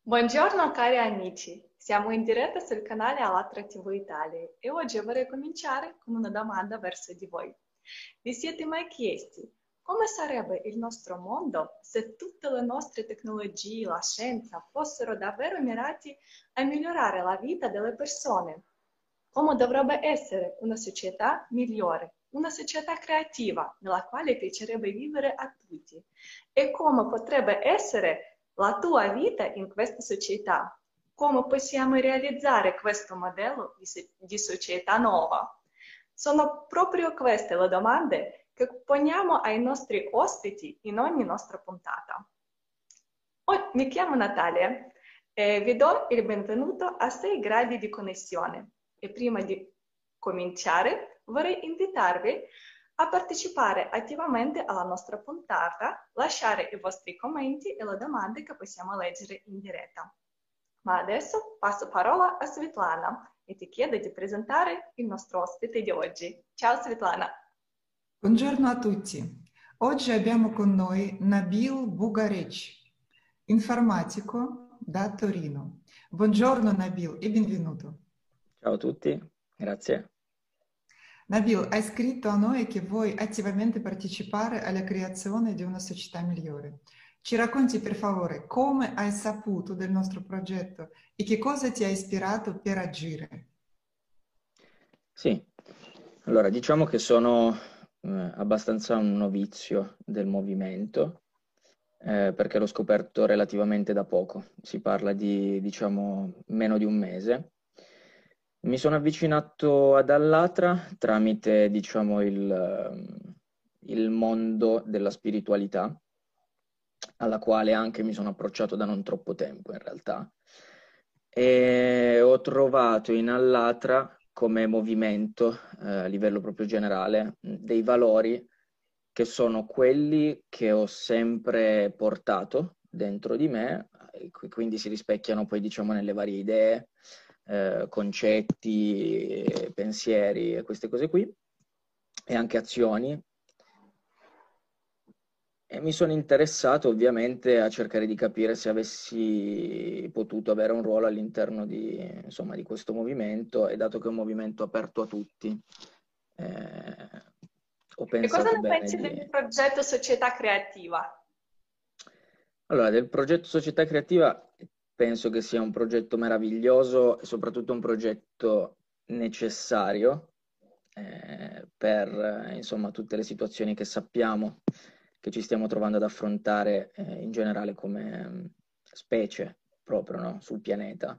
Buongiorno cari amici, siamo in diretta sul canale Alatra TV Italia e oggi vorrei cominciare con una domanda verso di voi. Vi siete mai chiesti come sarebbe il nostro mondo se tutte le nostre tecnologie, la scienza fossero davvero mirati a migliorare la vita delle persone? Come dovrebbe essere una società migliore, una società creativa nella quale piacerebbe vivere a tutti? E come potrebbe essere la tua vita in questa società? Come possiamo realizzare questo modello di società nuova? Sono proprio queste le domande che poniamo ai nostri ospiti in ogni nostra puntata. Mi chiamo Natalia e vi do il benvenuto a 6 gradi di connessione. E prima di cominciare vorrei invitarvi a partecipare attivamente alla nostra puntata, lasciare i vostri commenti e le domande che possiamo leggere in diretta. Ma adesso passo parola a Svetlana e ti chiedo di presentare il nostro ospite di oggi. Ciao Svetlana. Buongiorno a tutti. Oggi abbiamo con noi Nabil Bugarec, informatico da Torino. Buongiorno Nabil e benvenuto. Ciao a tutti, grazie. Nabil, hai scritto a noi che vuoi attivamente partecipare alla creazione di una società migliore. Ci racconti per favore come hai saputo del nostro progetto e che cosa ti ha ispirato per agire? Sì, allora diciamo che sono abbastanza un novizio del movimento perché l'ho scoperto relativamente da poco. Si parla di, diciamo, meno di un mese. Mi sono avvicinato ad Allatra tramite, diciamo, il mondo della spiritualità, alla quale anche mi sono approcciato da non troppo tempo in realtà. E ho trovato in Allatra, come movimento, a livello proprio generale, dei valori che sono quelli che ho sempre portato dentro di me, e quindi si rispecchiano poi, diciamo, nelle varie idee, concetti, pensieri e queste cose qui, e anche azioni. E mi sono interessato ovviamente a cercare di capire se avessi potuto avere un ruolo all'interno di, insomma, di questo movimento, e dato che è un movimento aperto a tutti, ho pensato e cosa ne bene pensi del progetto Società Creativa? Allora, del progetto Società Creativa penso che sia un progetto meraviglioso e soprattutto un progetto necessario per insomma, tutte le situazioni che sappiamo che ci stiamo trovando ad affrontare in generale come specie proprio, no? Sul pianeta.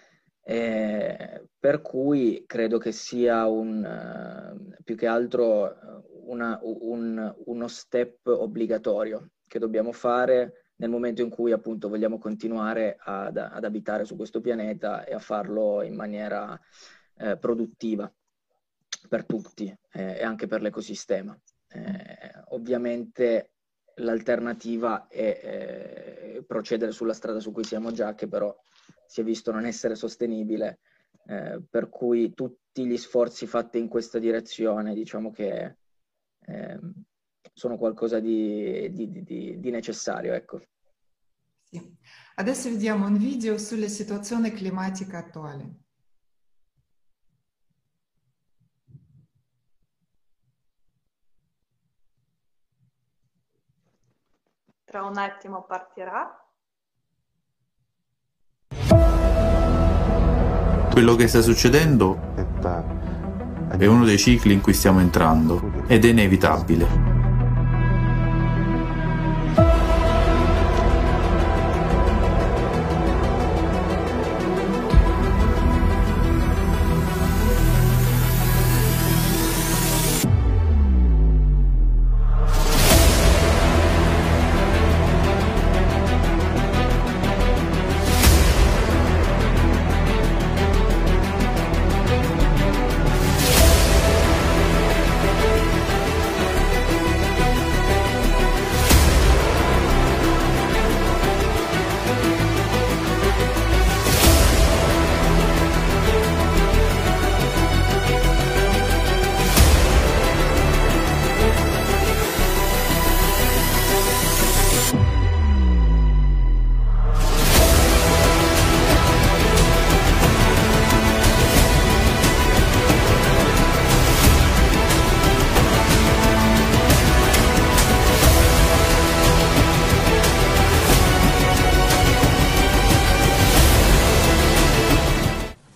Per cui credo che sia più che altro uno step obbligatorio che dobbiamo fare nel momento in cui appunto vogliamo continuare ad abitare su questo pianeta e a farlo in maniera produttiva per tutti e anche per l'ecosistema. Ovviamente l'alternativa è procedere sulla strada su cui siamo già, che però si è visto non essere sostenibile, per cui tutti gli sforzi fatti in questa direzione, diciamo che sono qualcosa di necessario, ecco. Sì. Adesso vediamo un video sulla situazione climatica attuale. Tra un attimo partirà. Quello che sta succedendo è uno dei cicli in cui stiamo entrando ed è inevitabile.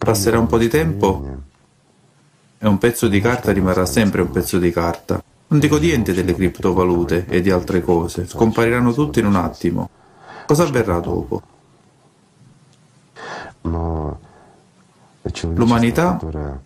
Passerà un po' di tempo e un pezzo di carta rimarrà sempre un pezzo di carta. Non dico niente delle criptovalute e di altre cose, scompariranno tutte in un attimo. Cosa avverrà dopo? L'umanità,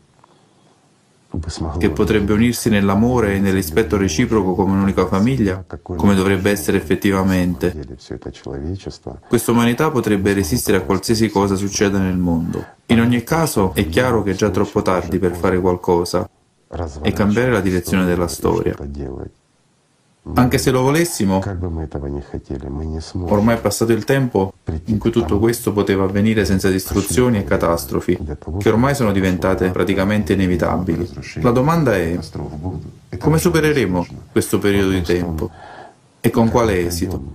che potrebbe unirsi nell'amore e nel rispetto reciproco come un'unica famiglia, come dovrebbe essere effettivamente. Questa umanità potrebbe resistere a qualsiasi cosa succeda nel mondo. In ogni caso, è chiaro che è già troppo tardi per fare qualcosa e cambiare la direzione della storia. Anche se lo volessimo, ormai è passato il tempo in cui tutto questo poteva avvenire senza distruzioni e catastrofi, che ormai sono diventate praticamente inevitabili. La domanda è: come supereremo questo periodo di tempo? E con quale esito?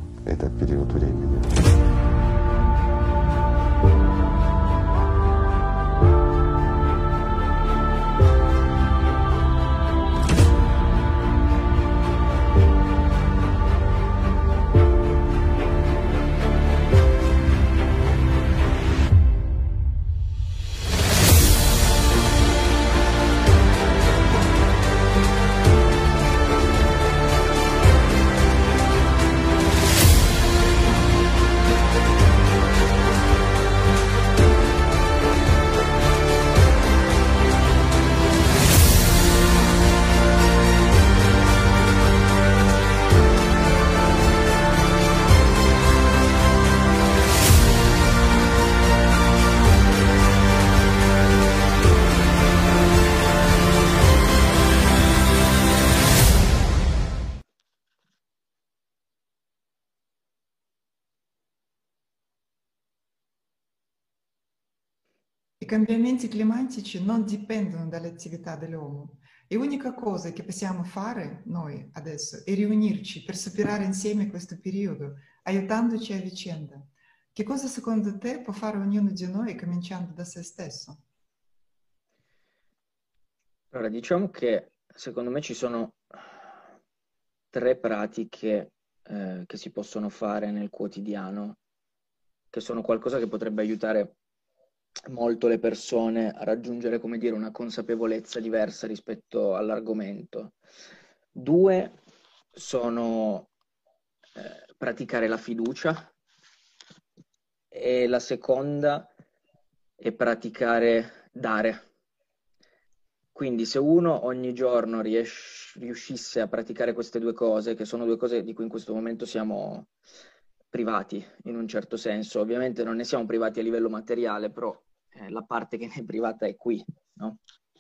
I cambiamenti climatici non dipendono dall'attività dell'uomo. E l'unica cosa che possiamo fare noi adesso è riunirci per superare insieme questo periodo, aiutandoci a vicenda. Che cosa secondo te può fare ognuno di noi cominciando da se stesso? Allora, diciamo che secondo me ci sono 3 pratiche che si possono fare nel quotidiano, che sono qualcosa che potrebbe aiutare molto le persone a raggiungere, come dire, una consapevolezza diversa rispetto all'argomento. 2 sono praticare la fiducia, e la seconda è praticare dare. Quindi se uno ogni giorno riuscisse a praticare queste 2 cose, che sono 2 cose di cui in questo momento siamo privati in un certo senso, ovviamente non ne siamo privati a livello materiale, però la parte che ne è privata è qui, no?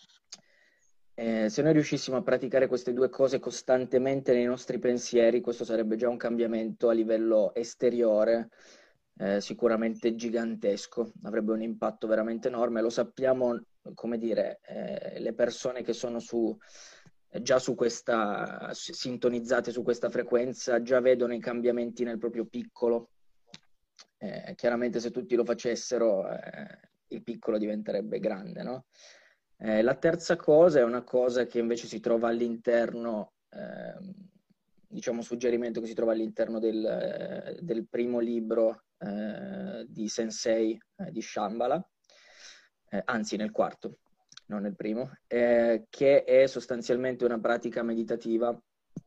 Se noi riuscissimo a praticare queste 2 cose costantemente nei nostri pensieri, questo sarebbe già un cambiamento a livello esteriore, sicuramente gigantesco, avrebbe un impatto veramente enorme. Lo sappiamo, come dire, le persone che sono già su questa, sintonizzate su questa frequenza, già vedono i cambiamenti nel proprio piccolo. Chiaramente se tutti lo facessero, il piccolo diventerebbe grande, no? La terza cosa è una cosa che invece si trova all'interno, diciamo suggerimento che si trova all'interno del primo libro di Sensei di Shambhala, anzi nel quarto, non nel primo, che è sostanzialmente una pratica meditativa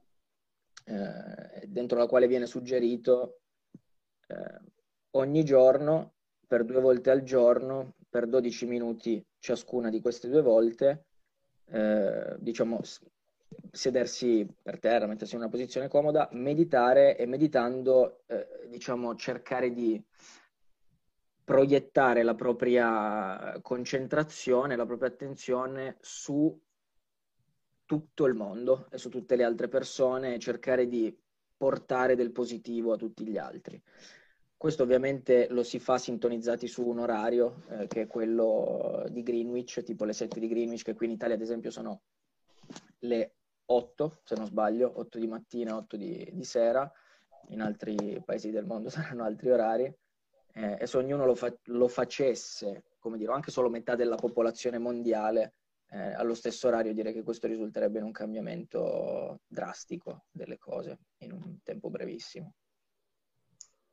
dentro la quale viene suggerito ogni giorno, per 2 volte al giorno, per 12 minuti ciascuna di queste 2 volte, diciamo, sedersi per terra, mettersi in una posizione comoda, meditare e meditando, diciamo, cercare di proiettare la propria concentrazione, la propria attenzione su tutto il mondo e su tutte le altre persone e cercare di portare del positivo a tutti gli altri. Questo ovviamente lo si fa sintonizzati su un orario che è quello di Greenwich, tipo le 7 di Greenwich, che qui in Italia ad esempio sono le 8, se non sbaglio, 8 di mattina, 8 di sera, in altri paesi del mondo saranno altri orari, e se ognuno lo facesse, come dire, anche solo metà della popolazione mondiale, allo stesso orario, direi che questo risulterebbe in un cambiamento drastico delle cose in un tempo brevissimo.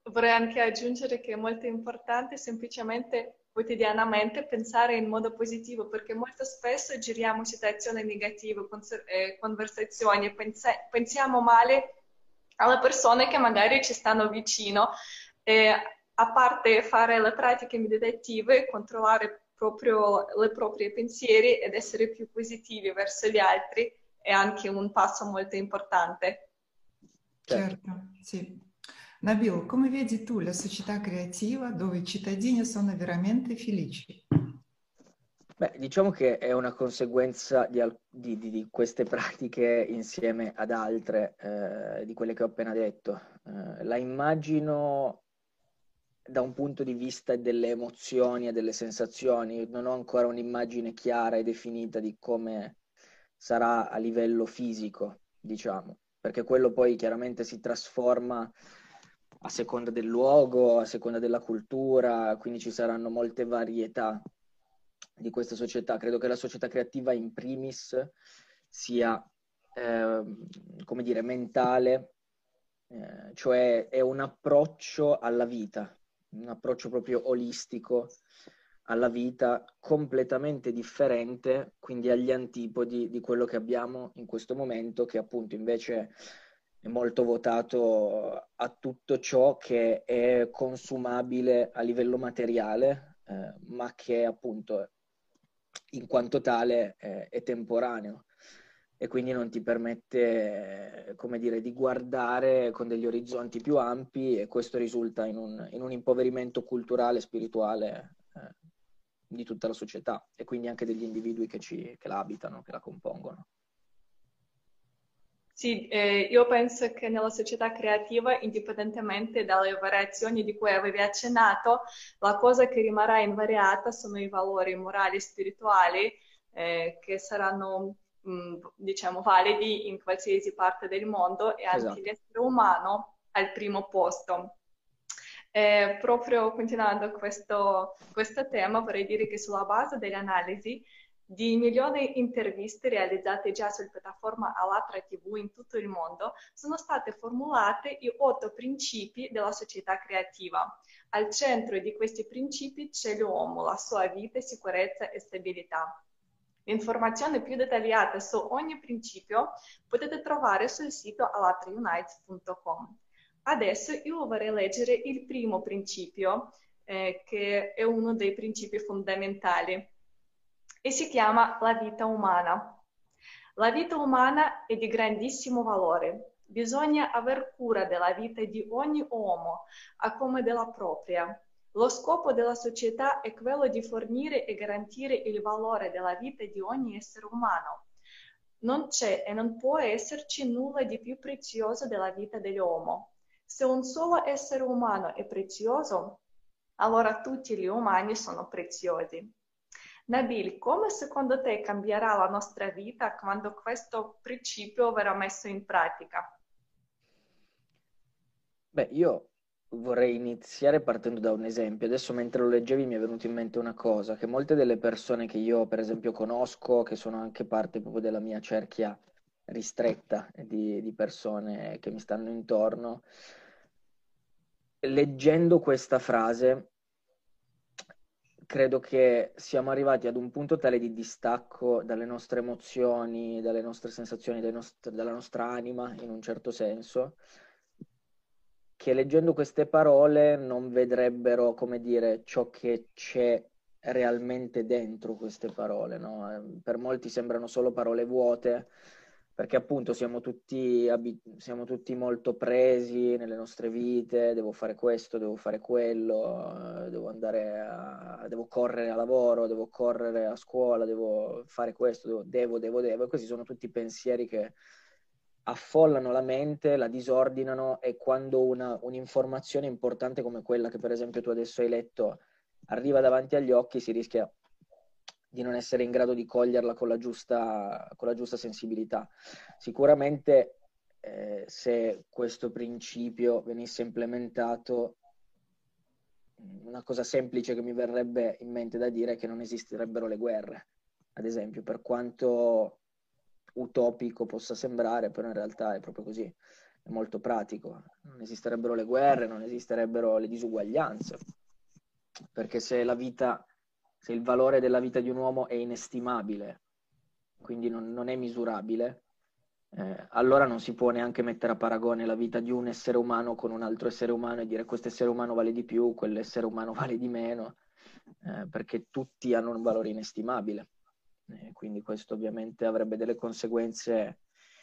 vorrei anche aggiungere che è molto importante semplicemente quotidianamente pensare in modo positivo, perché molto spesso giriamo situazioni negative, conversazioni, pensiamo male alle persone che magari ci stanno vicino. E a parte fare le pratiche meditative, controllare proprio i propri pensieri ed essere più positivi verso gli altri è anche un passo molto importante. Certo, sì. Nabil, come vedi tu la società creativa dove i cittadini sono veramente felici? Beh, diciamo che è una conseguenza di queste pratiche insieme ad altre, di quelle che ho appena detto. La immagino da un punto di vista delle emozioni e delle sensazioni. Non ho ancora un'immagine chiara e definita di come sarà a livello fisico, diciamo, perché quello poi chiaramente si trasforma a seconda del luogo, a seconda della cultura, quindi ci saranno molte varietà di questa società. Credo che la società creativa in primis sia, come dire, mentale, cioè è un approccio alla vita, un approccio proprio olistico alla vita, completamente differente, quindi agli antipodi di quello che abbiamo in questo momento, che appunto invece è molto votato a tutto ciò che è consumabile a livello materiale, ma che appunto in quanto tale è temporaneo e quindi non ti permette, come dire, di guardare con degli orizzonti più ampi, e questo risulta in un impoverimento culturale e spirituale di tutta la società e quindi anche degli individui che la abitano, che la compongono. Sì, io penso che nella società creativa, indipendentemente dalle variazioni di cui avevi accennato, la cosa che rimarrà invariata sono i valori morali e spirituali che saranno, diciamo, validi in qualsiasi parte del mondo e anche Esatto. l'essere umano al primo posto. Proprio continuando questo tema, vorrei dire che sulla base delle analisi di milioni di interviste realizzate già sulla piattaforma Allatra TV in tutto il mondo, sono state formulate i 8 principi della società creativa. Al centro di questi principi c'è l'uomo, la sua vita, sicurezza e stabilità. L'informazione più dettagliata su ogni principio potete trovare sul sito allatraunites.com. Adesso io vorrei leggere il primo principio, che è uno dei principi fondamentali, e si chiama la vita umana. La vita umana è di grandissimo valore. Bisogna aver cura della vita di ogni uomo, a come della propria. Lo scopo della società è quello di fornire e garantire il valore della vita di ogni essere umano. Non c'è e non può esserci nulla di più prezioso della vita dell'uomo. Se un solo essere umano è prezioso, allora tutti gli umani sono preziosi. Nabil, come secondo te cambierà la nostra vita quando questo principio verrà messo in pratica? Beh, io vorrei iniziare partendo da un esempio. Adesso mentre lo leggevi mi è venuto in mente una cosa, che molte delle persone che io per esempio conosco, che sono anche parte proprio della mia cerchia ristretta di persone che mi stanno intorno, leggendo questa frase credo che siamo arrivati ad un punto tale di distacco dalle nostre emozioni, dalle nostre sensazioni, dalla nostra anima, in un certo senso, che leggendo queste parole non vedrebbero, come dire, ciò che c'è realmente dentro queste parole, no? Per molti sembrano solo parole vuote, perché appunto siamo tutti molto presi nelle nostre vite, devo fare questo, devo fare quello, devo correre a lavoro, devo correre a scuola, devo fare questo, devo, e questi sono tutti pensieri che affollano la mente, la disordinano, e quando un'informazione importante come quella che per esempio tu adesso hai letto arriva davanti agli occhi, si rischia di non essere in grado di coglierla con la giusta sensibilità. Sicuramente se questo principio venisse implementato, una cosa semplice che mi verrebbe in mente da dire è che non esisterebbero le guerre, ad esempio, per quanto utopico possa sembrare, però in realtà è proprio così. è molto pratico. Non esisterebbero le guerre, non esisterebbero le disuguaglianze, perché se il valore della vita di un uomo è inestimabile, quindi non è misurabile, allora non si può neanche mettere a paragone la vita di un essere umano con un altro essere umano e dire questo essere umano vale di più, quell'essere umano vale di meno, perché tutti hanno un valore inestimabile. Quindi questo ovviamente avrebbe delle conseguenze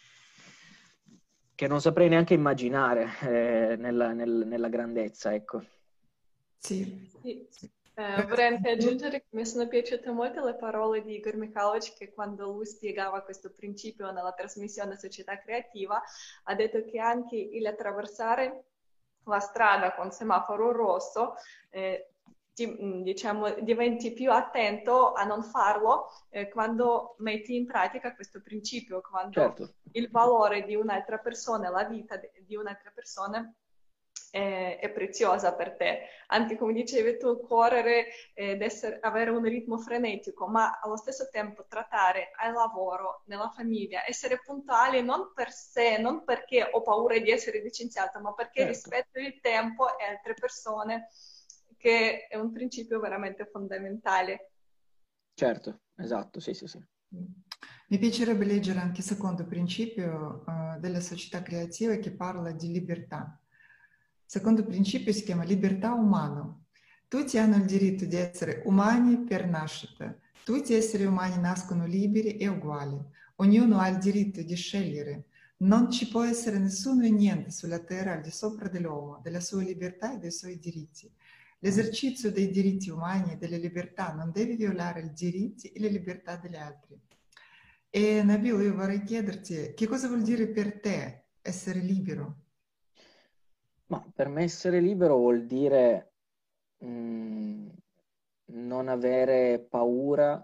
che non saprei neanche immaginare nella grandezza, ecco. Sì. Sì. Vorrei anche aggiungere che mi sono piaciute molto le parole di Igor Mikhailovich, che quando lui spiegava questo principio nella trasmissione Società Creativa ha detto che anche il attraversare la strada con semaforo rosso diciamo, diventi più attento a non farlo quando metti in pratica questo principio, quando Certo. il valore di un'altra persona, la vita di un'altra persona è preziosa per te. Anche come dicevi tu, correre ed avere un ritmo frenetico, ma allo stesso tempo trattare al lavoro, nella famiglia, essere puntuali non per sé, non perché ho paura di essere licenziata, ma perché Certo. rispetto il tempo e altre persone, che è un principio veramente fondamentale. Certo, esatto, sì, sì, sì. Mi piacerebbe leggere anche il secondo principio della società creativa che parla di libertà. Il secondo principio si chiama libertà umana. Tutti hanno il diritto di essere umani per nascita. Tutti gli esseri umani nascono liberi e uguali. Ognuno ha il diritto di scegliere. Non ci può essere nessuno e niente sulla terra al di sopra dell'uomo, della sua libertà e dei suoi diritti. L'esercizio dei diritti umani e delle libertà non deve violare i diritti e le libertà degli altri. E Nabil, io vorrei chiederti, che cosa vuol dire per te essere libero? Ma per me essere libero vuol dire non avere paura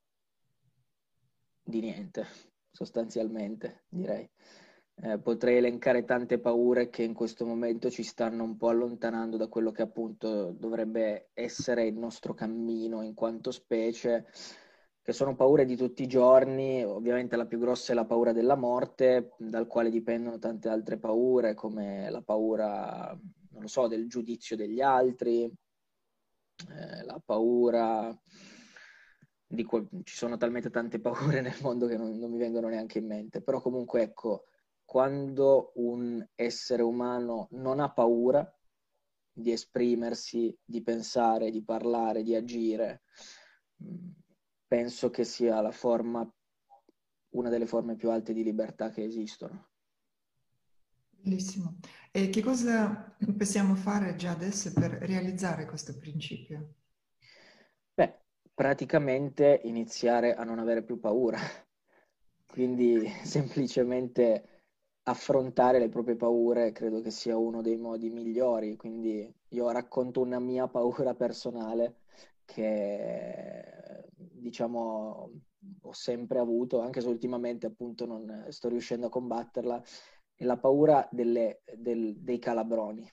di niente, sostanzialmente, direi. Potrei elencare tante paure che in questo momento ci stanno un po' allontanando da quello che appunto dovrebbe essere il nostro cammino in quanto specie, che sono paure di tutti i giorni. Ovviamente la più grossa è la paura della morte, dal quale dipendono tante altre paure, come la paura, non lo so, del giudizio degli altri, la paura ci sono talmente tante paure nel mondo che non mi vengono neanche in mente, però comunque ecco, quando un essere umano non ha paura di esprimersi, di pensare, di parlare, di agire, penso che sia una delle forme più alte di libertà che esistono. Bellissimo. E che cosa possiamo fare già adesso per realizzare questo principio? Beh, praticamente iniziare a non avere più paura, quindi semplicemente affrontare le proprie paure credo che sia uno dei modi migliori. Quindi io racconto una mia paura personale che diciamo ho sempre avuto, anche se ultimamente appunto non sto riuscendo a combatterla, è la paura dei calabroni,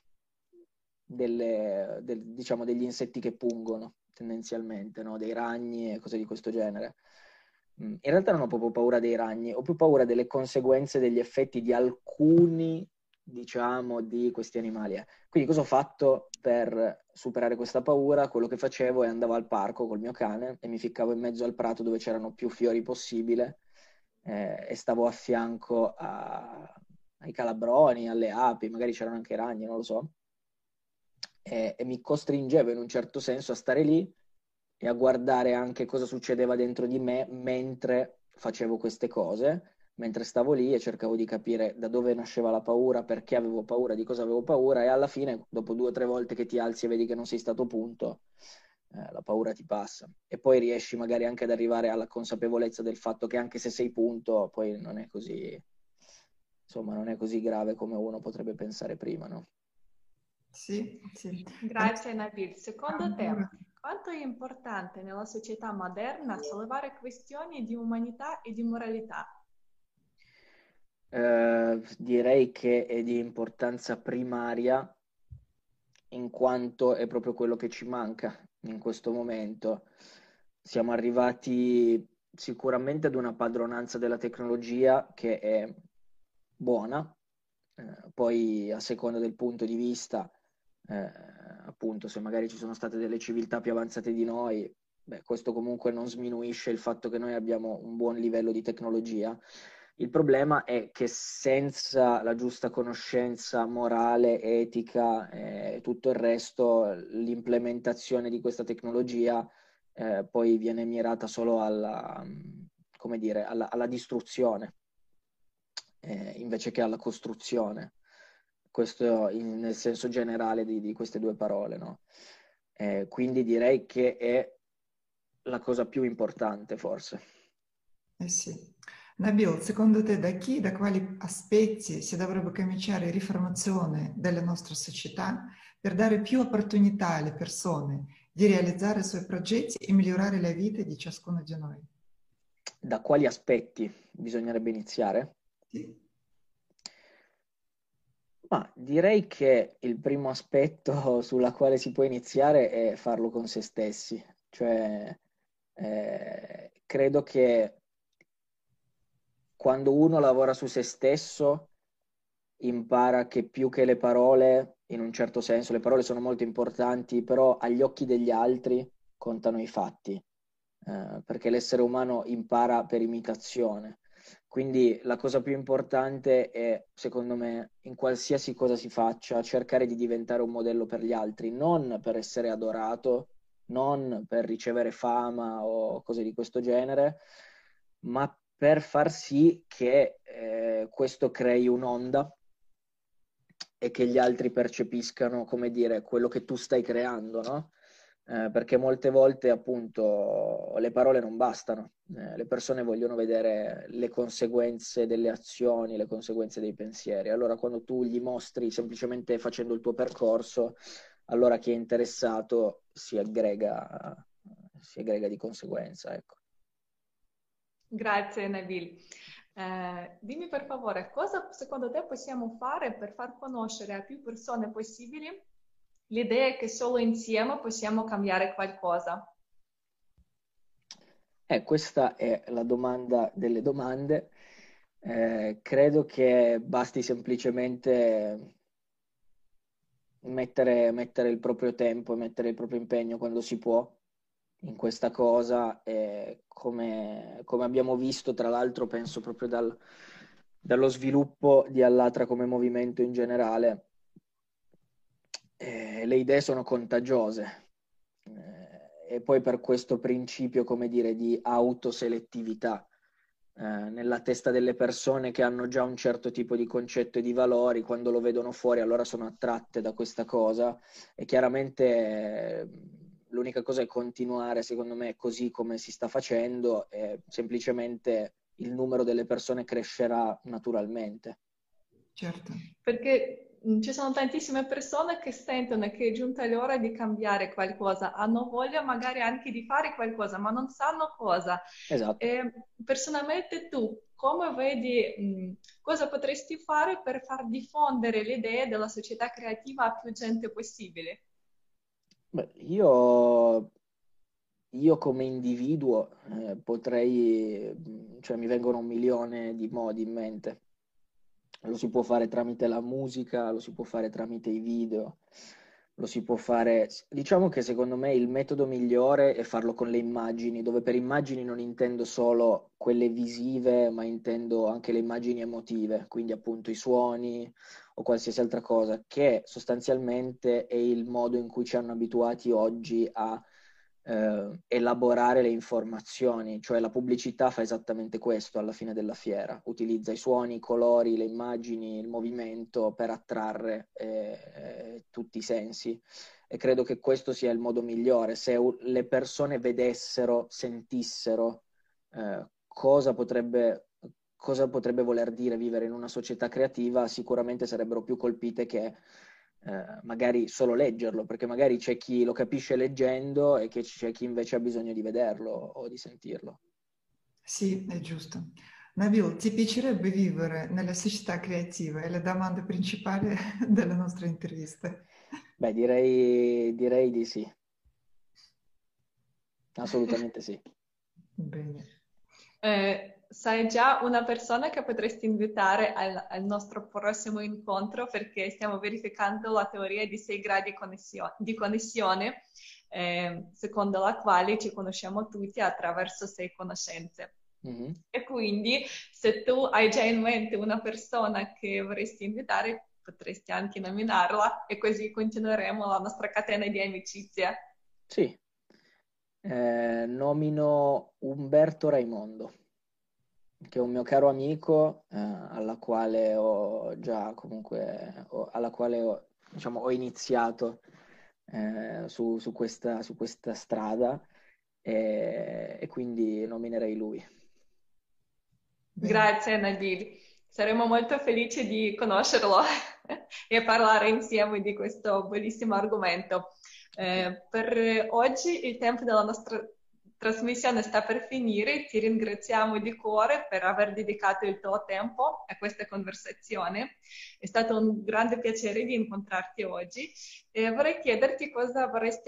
diciamo degli insetti che pungono tendenzialmente, no? Dei ragni e cose di questo genere. In realtà non ho proprio paura dei ragni, ho più paura delle conseguenze, degli effetti di alcuni, diciamo, di questi animali. Quindi cosa ho fatto per superare questa paura? Quello che facevo è andavo al parco col mio cane e mi ficcavo in mezzo al prato dove c'erano più fiori possibile e stavo a fianco ai calabroni, alle api, magari c'erano anche i ragni, non lo so, e mi costringevo in un certo senso a stare lì e a guardare anche cosa succedeva dentro di me mentre facevo queste cose, mentre stavo lì e cercavo di capire da dove nasceva la paura, perché avevo paura, di cosa avevo paura, e alla fine, dopo 2 o 3 volte che ti alzi e vedi che non sei stato punto, la paura ti passa. E poi riesci magari anche ad arrivare alla consapevolezza del fatto che anche se sei punto, poi non è così, insomma, non è così grave come uno potrebbe pensare prima, no? Sì, sì. Grazie Nabil. Secondo te, quanto è importante nella società moderna sollevare questioni di umanità e di moralità? Direi che è di importanza primaria, in quanto è proprio quello che ci manca in questo momento. Siamo arrivati sicuramente ad una padronanza della tecnologia che è buona, Poi a seconda del punto di vista, appunto, se magari ci sono state delle civiltà più avanzate di noi, beh, questo comunque non sminuisce il fatto che noi abbiamo un buon livello di tecnologia. Il problema è che senza la giusta conoscenza morale, etica e tutto il resto, l'implementazione di questa tecnologia poi viene mirata solo come dire, alla distruzione, invece che alla costruzione. Questo nel senso generale di queste due parole, no? Quindi direi che è la cosa più importante, forse. Eh sì. Nabil, secondo te da chi, da quali aspetti si dovrebbe cominciare la riformazione della nostra società per dare più opportunità alle persone di realizzare i suoi progetti e migliorare la vita di ciascuno di noi? Da quali aspetti bisognerebbe iniziare? Sì. Ma direi che il primo aspetto sulla quale si può iniziare è farlo con se stessi. Cioè, credo che quando uno lavora su se stesso impara che più che le parole, in un certo senso, le parole sono molto importanti, però agli occhi degli altri contano i fatti, perché l'essere umano impara per imitazione. Quindi la cosa più importante è, secondo me, in qualsiasi cosa si faccia, cercare di diventare un modello per gli altri, non per essere adorato, non per ricevere fama o cose di questo genere, ma per far sì che questo crei un'onda e che gli altri percepiscano, come dire, quello che tu stai creando, no? Perché molte volte appunto le parole non bastano, le persone vogliono vedere le conseguenze delle azioni, le conseguenze dei pensieri. Allora quando tu gli mostri semplicemente facendo il tuo percorso, allora chi è interessato si aggrega di conseguenza, ecco. Grazie Nabil. Dimmi per favore, cosa secondo te possiamo fare per far conoscere a più persone possibili l'idea che solo insieme possiamo cambiare qualcosa? Questa è la domanda delle domande. Credo che basti semplicemente mettere il proprio tempo, mettere il proprio impegno quando si può in questa cosa, come abbiamo visto, tra l'altro, penso proprio dallo sviluppo di Allatra come movimento in generale, le idee sono contagiose. E poi per questo principio, come dire, di autoselettività nella testa delle persone che hanno già un certo tipo di concetto e di valori, quando lo vedono fuori allora sono attratte da questa cosa e chiaramente l'unica cosa è continuare, secondo me, così come si sta facendo e semplicemente il numero delle persone crescerà naturalmente. Certo. Perché ci sono tantissime persone che sentono che è giunta l'ora di cambiare qualcosa, hanno voglia magari anche di fare qualcosa, ma non sanno cosa. Esatto. Personalmente tu, come vedi, cosa potresti fare per far diffondere le idee della società creativa a più gente possibile? Beh, io come individuo cioè mi vengono 1.000.000 di modi in mente. Lo si può fare tramite la musica, lo si può fare tramite i video, lo si può fare... Diciamo che secondo me il metodo migliore è farlo con le immagini, dove per immagini non intendo solo quelle visive, ma intendo anche le immagini emotive, quindi appunto i suoni o qualsiasi altra cosa, che sostanzialmente è il modo in cui ci hanno abituati oggi a elaborare le informazioni, cioè la pubblicità fa esattamente questo alla fine della fiera, utilizza i suoni, i colori, le immagini, il movimento per attrarre tutti i sensi e credo che questo sia il modo migliore. Se le persone vedessero, sentissero cosa potrebbe voler dire vivere in una società creativa, sicuramente sarebbero più colpite che magari solo leggerlo, perché magari c'è chi lo capisce leggendo e che c'è chi invece ha bisogno di vederlo o di sentirlo. Sì, è giusto. Nabil, ti piacerebbe vivere nella società creativa? È la domanda principale della nostra intervista. Beh, direi di sì. Assolutamente sì. Bene. sai già una persona che potresti invitare al nostro prossimo incontro, perché stiamo verificando la teoria di 6 gradi di connessione, secondo la quale ci conosciamo tutti attraverso 6 conoscenze. Mhm. E quindi se tu hai già in mente una persona che vorresti invitare, potresti anche nominarla e così continueremo la nostra catena di amicizia. Sì, nomino Umberto Raimondo, che è un mio caro amico, alla quale ho già comunque, alla quale ho, diciamo, ho iniziato su questa strada e quindi nominerei lui. Bene. Grazie Nadir, saremo molto felici di conoscerlo e parlare insieme di questo bellissimo argomento. Per oggi il tempo della nostra trasmissione sta per finire, ti ringraziamo di cuore per aver dedicato il tuo tempo a questa conversazione. È stato un grande piacere di incontrarti oggi e vorrei chiederti cosa vorresti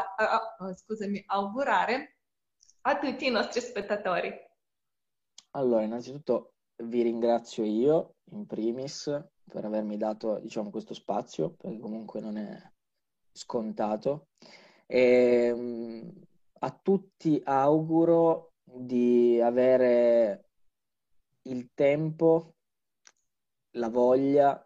augurare a tutti i nostri spettatori. Allora, innanzitutto vi ringrazio io, in primis, per avermi dato, diciamo, questo spazio, perché comunque non è scontato. E a tutti auguro di avere il tempo, la voglia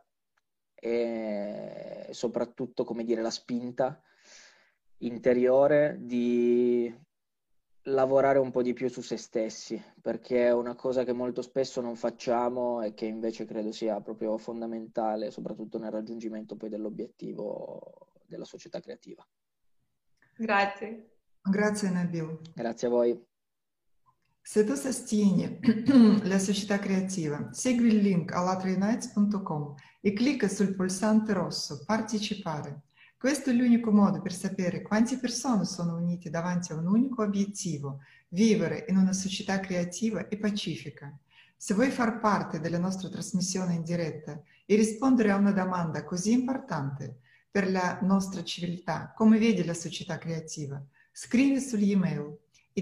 e soprattutto, come dire, la spinta interiore di lavorare un po' di più su se stessi, perché è una cosa che molto spesso non facciamo e che invece credo sia proprio fondamentale, soprattutto nel raggiungimento poi dell'obiettivo della società creativa. Grazie. Grazie Nabil. Grazie a voi. Se tu sostieni la società creativa, segui il link allatraunites.com e clicca sul pulsante rosso Partecipare. Questo è l'unico modo per sapere quante persone sono unite davanti a un unico obiettivo, vivere in una società creativa e pacifica. Se vuoi far parte della nostra trasmissione in diretta e rispondere a una domanda così importante per la nostra civiltà, come vedi la società creativa, scrivi sull'email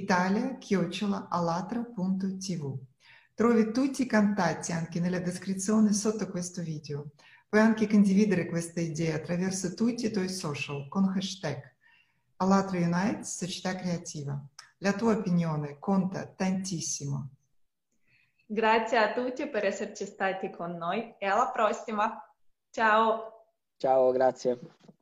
italia@allatra.tv. Trovi tutti i contatti anche nella descrizione sotto questo video. Puoi anche condividere questa idea attraverso tutti i tuoi social con hashtag Allatra Unites Società Creativa. La tua opinione conta tantissimo. Grazie a tutti per esserci stati con noi e alla prossima. Ciao! Ciao, grazie.